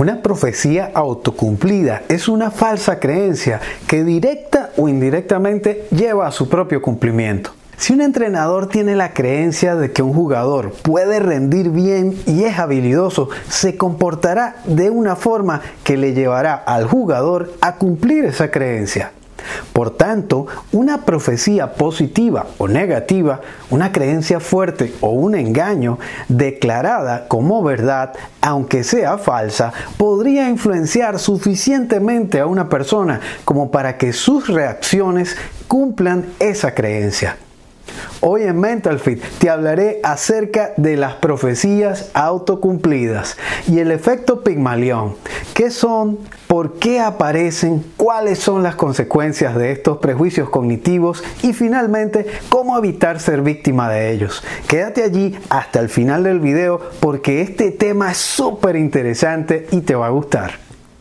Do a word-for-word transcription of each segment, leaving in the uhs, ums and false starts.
Una profecía autocumplida es una falsa creencia que directa o indirectamente lleva a su propio cumplimiento. Si un entrenador tiene la creencia de que un jugador puede rendir bien y es habilidoso, se comportará de una forma que le llevará al jugador a cumplir esa creencia. Por tanto, una profecía positiva o negativa, una creencia fuerte o un engaño declarada como verdad, aunque sea falsa, podría influenciar suficientemente a una persona como para que sus reacciones cumplan esa creencia. Hoy en Mental Fit te hablaré acerca de las profecías autocumplidas y el efecto Pigmalión. ¿Qué son? ¿Por qué aparecen? ¿Cuáles son las consecuencias de estos prejuicios cognitivos? Y finalmente, ¿cómo evitar ser víctima de ellos? Quédate allí hasta el final del video porque este tema es súper interesante y te va a gustar.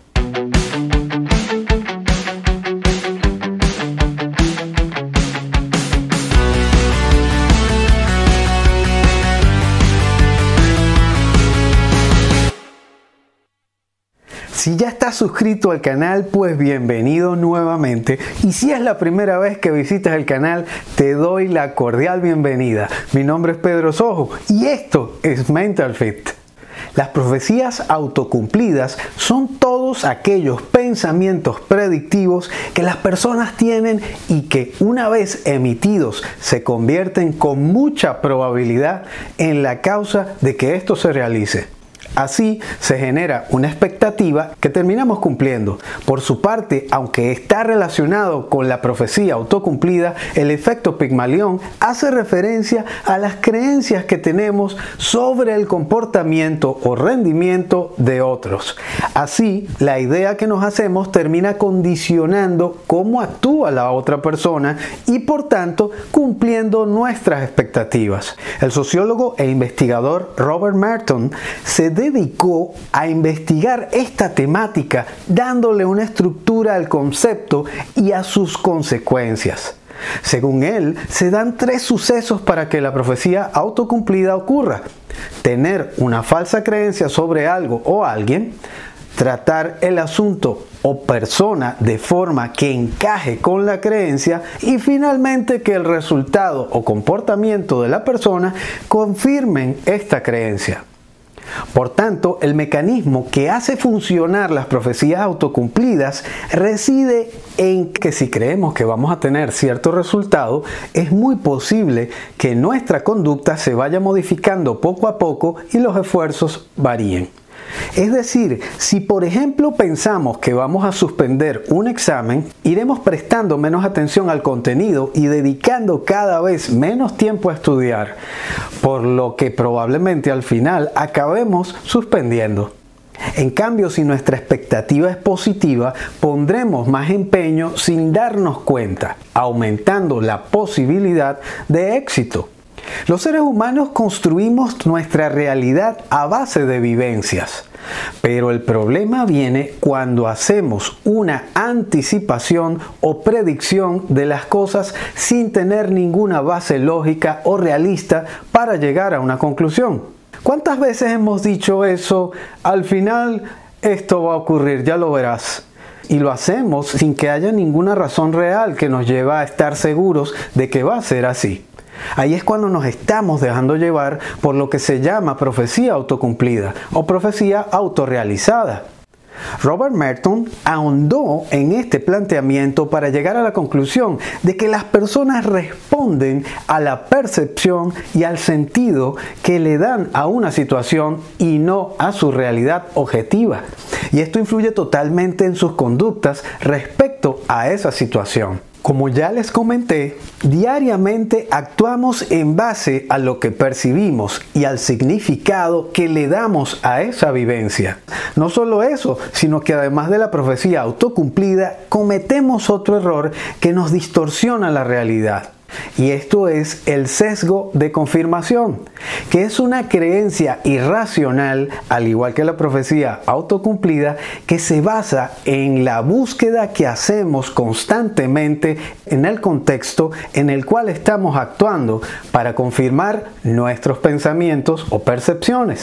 Si ya estás suscrito al canal, pues bienvenido nuevamente. Y si es la primera vez que visitas el canal, te doy la cordial bienvenida. Mi nombre es Pedro Sojo y esto es Mental Fit. Las profecías autocumplidas son todos aquellos pensamientos predictivos que las personas tienen y que una vez emitidos se convierten con mucha probabilidad en la causa de que esto se realice. Así se genera una expectativa que terminamos cumpliendo. Por su parte, aunque está relacionado con la profecía autocumplida, el efecto Pigmalión hace referencia a las creencias que tenemos sobre el comportamiento o rendimiento de otros. Así, la idea que nos hacemos termina condicionando cómo actúa la otra persona y por tanto cumpliendo nuestras expectativas. El sociólogo e investigador Robert Merton se dedicó a investigar esta temática dándole una estructura al concepto y a sus consecuencias. Según él, se dan tres sucesos para que la profecía autocumplida ocurra: tener una falsa creencia sobre algo o alguien, tratar el asunto o persona de forma que encaje con la creencia y finalmente que el resultado o comportamiento de la persona confirmen esta creencia. Por tanto, el mecanismo que hace funcionar las profecías autocumplidas reside en que si creemos que vamos a tener cierto resultado, es muy posible que nuestra conducta se vaya modificando poco a poco y los esfuerzos varíen. Es decir, si por ejemplo pensamos que vamos a suspender un examen, iremos prestando menos atención al contenido y dedicando cada vez menos tiempo a estudiar, por lo que probablemente al final acabemos suspendiendo. En cambio, si nuestra expectativa es positiva, pondremos más empeño sin darnos cuenta, aumentando la posibilidad de éxito. Los seres humanos construimos nuestra realidad a base de vivencias, pero el problema viene cuando hacemos una anticipación o predicción de las cosas sin tener ninguna base lógica o realista para llegar a una conclusión. ¿Cuántas veces hemos dicho eso? Al final esto va a ocurrir, ya lo verás. Y lo hacemos sin que haya ninguna razón real que nos lleve a estar seguros de que va a ser así. Ahí es cuando nos estamos dejando llevar por lo que se llama profecía autocumplida o profecía autorrealizada. Robert Merton ahondó en este planteamiento para llegar a la conclusión de que las personas responden a la percepción y al sentido que le dan a una situación y no a su realidad objetiva. Y esto influye totalmente en sus conductas respecto a esa situación. Como ya les comenté, diariamente actuamos en base a lo que percibimos y al significado que le damos a esa vivencia. No solo eso, sino que además de la profecía autocumplida, cometemos otro error que nos distorsiona la realidad. Y esto es el sesgo de confirmación, que es una creencia irracional, al igual que la profecía autocumplida, que se basa en la búsqueda que hacemos constantemente en el contexto en el cual estamos actuando para confirmar nuestros pensamientos o percepciones.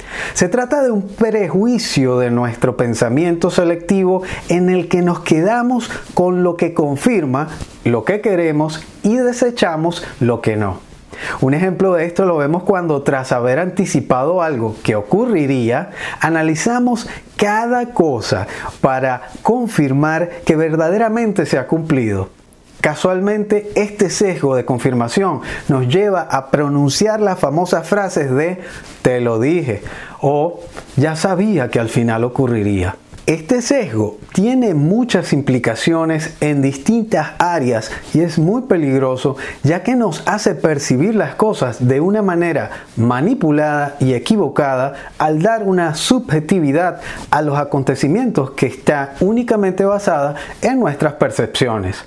Se trata de un prejuicio de nuestro pensamiento selectivo en el que nos quedamos con lo que confirma lo que queremos y desechamos lo que no. Un ejemplo de esto lo vemos cuando, tras haber anticipado algo que ocurriría, analizamos cada cosa para confirmar que verdaderamente se ha cumplido. Casualmente, este sesgo de confirmación nos lleva a pronunciar las famosas frases de "te lo dije" o "ya sabía que al final ocurriría". Este sesgo tiene muchas implicaciones en distintas áreas y es muy peligroso, ya que nos hace percibir las cosas de una manera manipulada y equivocada al dar una subjetividad a los acontecimientos que está únicamente basada en nuestras percepciones.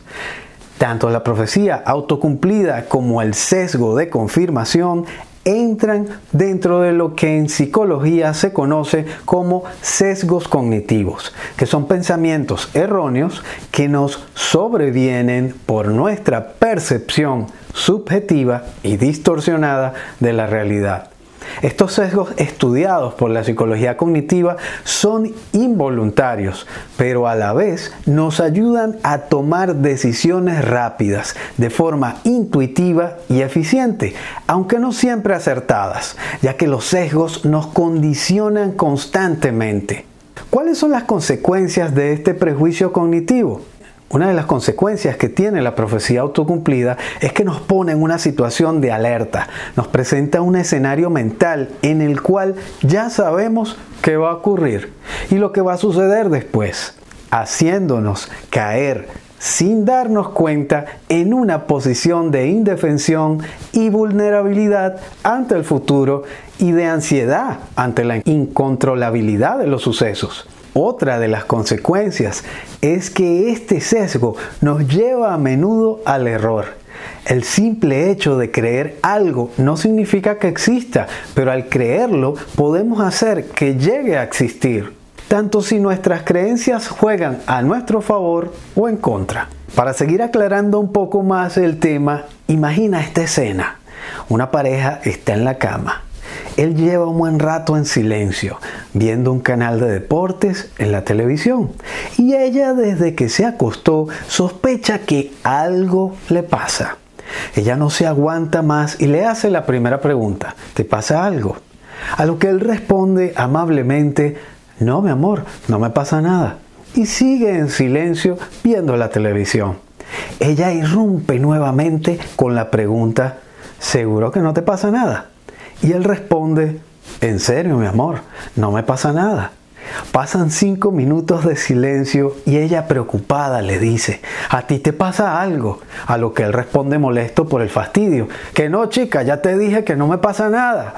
Tanto la profecía autocumplida como el sesgo de confirmación entran dentro de lo que en psicología se conoce como sesgos cognitivos, que son pensamientos erróneos que nos sobrevienen por nuestra percepción subjetiva y distorsionada de la realidad. Estos sesgos, estudiados por la psicología cognitiva, son involuntarios, pero a la vez nos ayudan a tomar decisiones rápidas, de forma intuitiva y eficiente, aunque no siempre acertadas, ya que los sesgos nos condicionan constantemente. ¿Cuáles son las consecuencias de este prejuicio cognitivo? Una de las consecuencias que tiene la profecía autocumplida es que nos pone en una situación de alerta, nos presenta un escenario mental en el cual ya sabemos qué va a ocurrir y lo que va a suceder después, haciéndonos caer sin darnos cuenta en una posición de indefensión y vulnerabilidad ante el futuro y de ansiedad ante la incontrolabilidad de los sucesos. Otra de las consecuencias es que este sesgo nos lleva a menudo al error. El simple hecho de creer algo no significa que exista, pero al creerlo podemos hacer que llegue a existir, tanto si nuestras creencias juegan a nuestro favor o en contra. Para seguir aclarando un poco más el tema, imagina esta escena. Una pareja está en la cama. Él lleva un buen rato en silencio, viendo un canal de deportes en la televisión. Y ella, desde que se acostó, sospecha que algo le pasa. Ella no se aguanta más y le hace la primera pregunta: ¿te pasa algo? A lo que él responde amablemente: no, mi amor, no me pasa nada. Y sigue en silencio viendo la televisión. Ella irrumpe nuevamente con la pregunta: ¿seguro que no te pasa nada? Y él responde: en serio, mi amor, no me pasa nada. Pasan cinco minutos de silencio y ella, preocupada, le dice: ¿a ti te pasa algo? A lo que él responde molesto por el fastidio: que no, chica, ya te dije que no me pasa nada.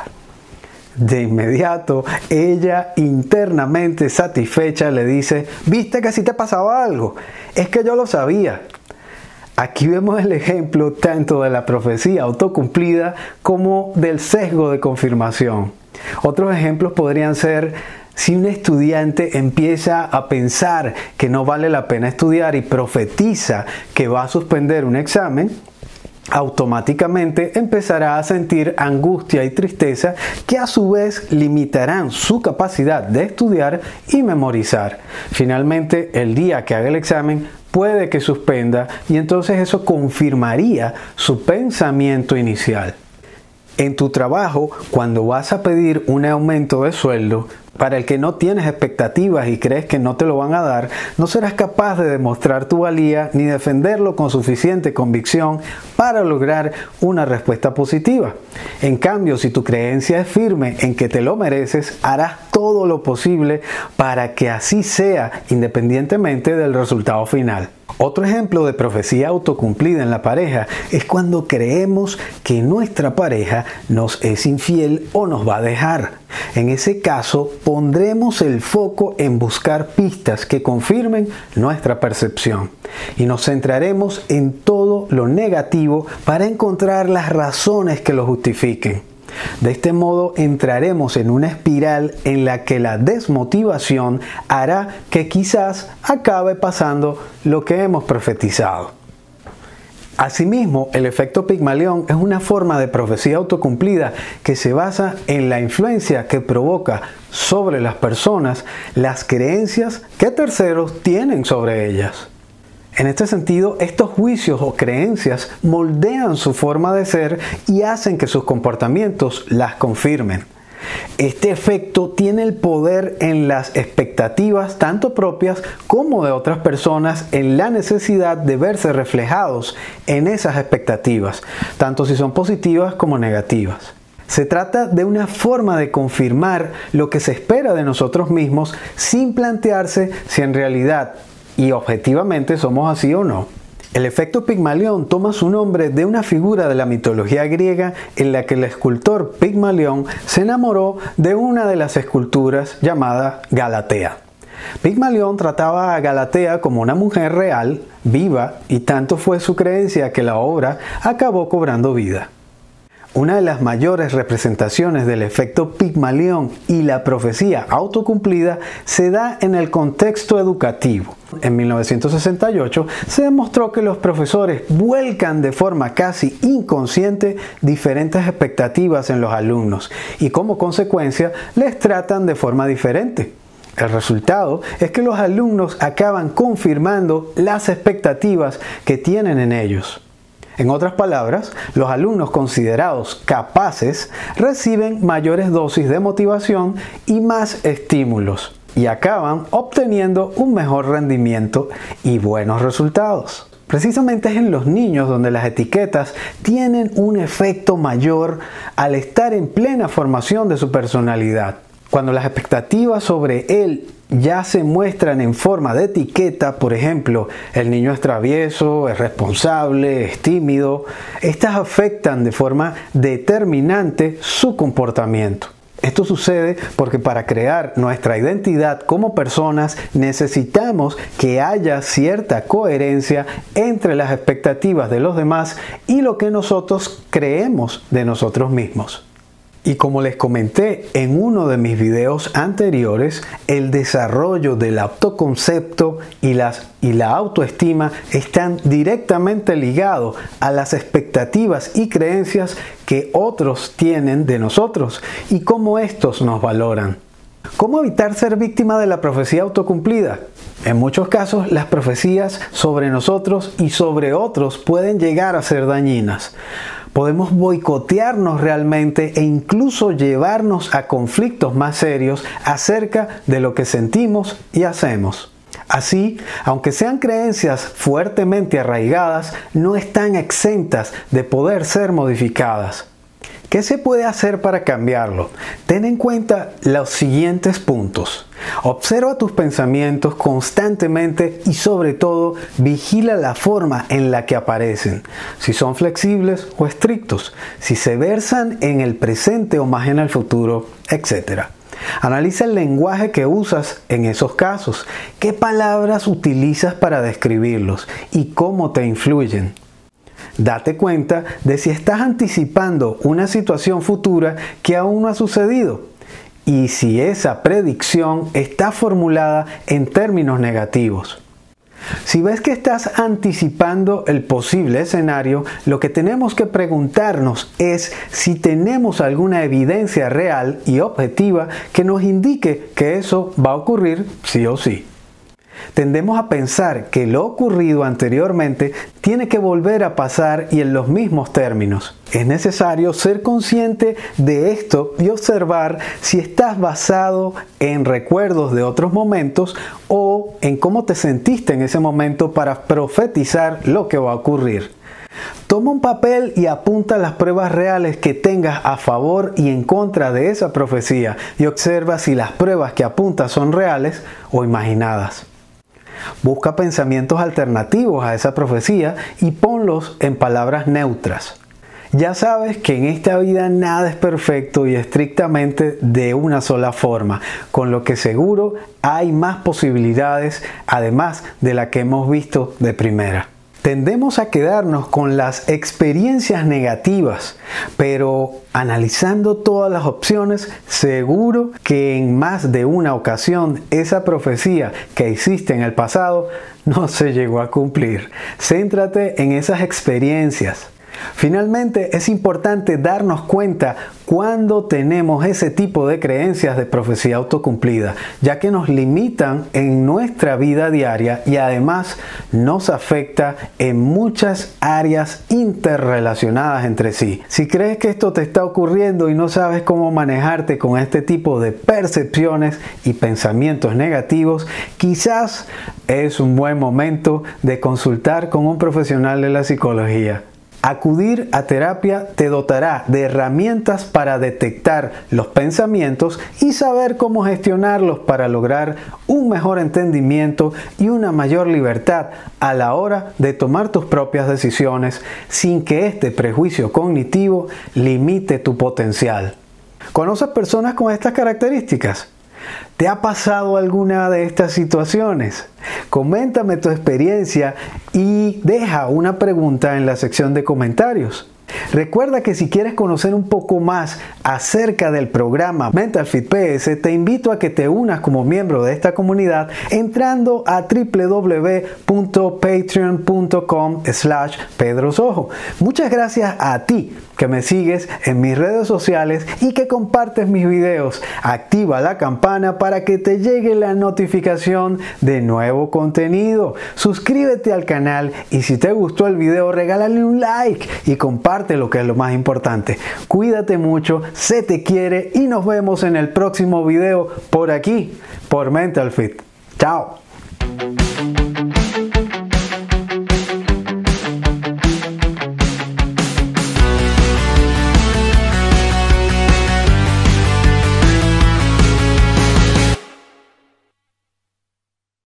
De inmediato, ella, internamente satisfecha, le dice: ¿viste que sí te pasaba algo? Es que yo lo sabía. Aquí vemos el ejemplo tanto de la profecía autocumplida como del sesgo de confirmación. Otros ejemplos podrían ser: si un estudiante empieza a pensar que no vale la pena estudiar y profetiza que va a suspender un examen, automáticamente empezará a sentir angustia y tristeza que a su vez limitarán su capacidad de estudiar y memorizar. Finalmente, el día que haga el examen, puede que suspenda y entonces eso confirmaría su pensamiento inicial. En tu trabajo, cuando vas a pedir un aumento de sueldo, para el que no tienes expectativas y crees que no te lo van a dar, no serás capaz de demostrar tu valía ni defenderlo con suficiente convicción para lograr una respuesta positiva. En cambio, si tu creencia es firme en que te lo mereces, harás todo lo posible para que así sea, independientemente del resultado final. Otro ejemplo de profecía autocumplida en la pareja es cuando creemos que nuestra pareja nos es infiel o nos va a dejar. En ese caso, pondremos el foco en buscar pistas que confirmen nuestra percepción y nos centraremos en todo lo negativo para encontrar las razones que lo justifiquen. De este modo entraremos en una espiral en la que la desmotivación hará que quizás acabe pasando lo que hemos profetizado. Asimismo, el efecto Pigmalión es una forma de profecía autocumplida que se basa en la influencia que provoca sobre las personas las creencias que terceros tienen sobre ellas. En este sentido, estos juicios o creencias moldean su forma de ser y hacen que sus comportamientos las confirmen. Este efecto tiene el poder en las expectativas tanto propias como de otras personas en la necesidad de verse reflejados en esas expectativas, tanto si son positivas como negativas. Se trata de una forma de confirmar lo que se espera de nosotros mismos sin plantearse si en realidad y objetivamente somos así o no. El efecto Pigmalión toma su nombre de una figura de la mitología griega en la que el escultor Pigmalión se enamoró de una de las esculturas llamada Galatea. Pigmalión trataba a Galatea como una mujer real, viva, y tanto fue su creencia que la obra acabó cobrando vida. Una de las mayores representaciones del efecto Pigmalión y la profecía autocumplida se da en el contexto educativo. En mil novecientos sesenta y ocho se demostró que los profesores vuelcan de forma casi inconsciente diferentes expectativas en los alumnos y como consecuencia les tratan de forma diferente. El resultado es que los alumnos acaban confirmando las expectativas que tienen en ellos. En otras palabras, los alumnos considerados capaces reciben mayores dosis de motivación y más estímulos y acaban obteniendo un mejor rendimiento y buenos resultados. Precisamente es en los niños donde las etiquetas tienen un efecto mayor al estar en plena formación de su personalidad. Cuando las expectativas sobre él ya se muestran en forma de etiqueta, por ejemplo, el niño es travieso, es responsable, es tímido, estas afectan de forma determinante su comportamiento. Esto sucede porque para crear nuestra identidad como personas necesitamos que haya cierta coherencia entre las expectativas de los demás y lo que nosotros creemos de nosotros mismos. Y como les comenté en uno de mis videos anteriores, el desarrollo del autoconcepto y, las, y la autoestima están directamente ligados a las expectativas y creencias que otros tienen de nosotros y cómo estos nos valoran. ¿Cómo evitar ser víctima de la profecía autocumplida? En muchos casos, las profecías sobre nosotros y sobre otros pueden llegar a ser dañinas. Podemos boicotearnos realmente e incluso llevarnos a conflictos más serios acerca de lo que sentimos y hacemos. Así, aunque sean creencias fuertemente arraigadas, no están exentas de poder ser modificadas. ¿Qué se puede hacer para cambiarlo? Ten en cuenta los siguientes puntos. Observa tus pensamientos constantemente y sobre todo vigila la forma en la que aparecen, si son flexibles o estrictos, si se versan en el presente o más en el futuro, etcétera. Analiza el lenguaje que usas en esos casos, qué palabras utilizas para describirlos y cómo te influyen. Date cuenta de si estás anticipando una situación futura que aún no ha sucedido y si esa predicción está formulada en términos negativos. Si ves que estás anticipando el posible escenario, lo que tenemos que preguntarnos es si tenemos alguna evidencia real y objetiva que nos indique que eso va a ocurrir sí o sí. Tendemos a pensar que lo ocurrido anteriormente tiene que volver a pasar y en los mismos términos. Es necesario ser consciente de esto y observar si estás basado en recuerdos de otros momentos o en cómo te sentiste en ese momento para profetizar lo que va a ocurrir. Toma un papel y apunta las pruebas reales que tengas a favor y en contra de esa profecía y observa si las pruebas que apuntas son reales o imaginadas. Busca pensamientos alternativos a esa profecía y ponlos en palabras neutras. Ya sabes que en esta vida nada es perfecto y estrictamente de una sola forma, con lo que seguro hay más posibilidades además de la que hemos visto de primera. Tendemos a quedarnos con las experiencias negativas, pero analizando todas las opciones, seguro que en más de una ocasión esa profecía que hiciste en el pasado no se llegó a cumplir. Céntrate en esas experiencias. Finalmente, es importante darnos cuenta cuando tenemos ese tipo de creencias de profecía autocumplida, ya que nos limitan en nuestra vida diaria y además nos afecta en muchas áreas interrelacionadas entre sí. Si crees que esto te está ocurriendo y no sabes cómo manejarte con este tipo de percepciones y pensamientos negativos, quizás es un buen momento de consultar con un profesional de la psicología. Acudir a terapia te dotará de herramientas para detectar los pensamientos y saber cómo gestionarlos para lograr un mejor entendimiento y una mayor libertad a la hora de tomar tus propias decisiones sin que este prejuicio cognitivo limite tu potencial. ¿Conoces personas con estas características? ¿Te ha pasado alguna de estas situaciones? Coméntame tu experiencia y deja una pregunta en la sección de comentarios. Recuerda que si quieres conocer un poco más acerca del programa Mental Fit P S, te invito a que te unas como miembro de esta comunidad entrando a w w w punto patreon punto com slash pedro sojo. Muchas gracias a ti que me sigues en mis redes sociales y que compartes mis videos. Activa la campana para que te llegue la notificación de nuevo contenido. Suscríbete al canal y si te gustó el video regálale un like y comparte lo que es lo más importante. Cuídate mucho, se te quiere y nos vemos en el próximo video por aquí, por Mental Fit. Chao.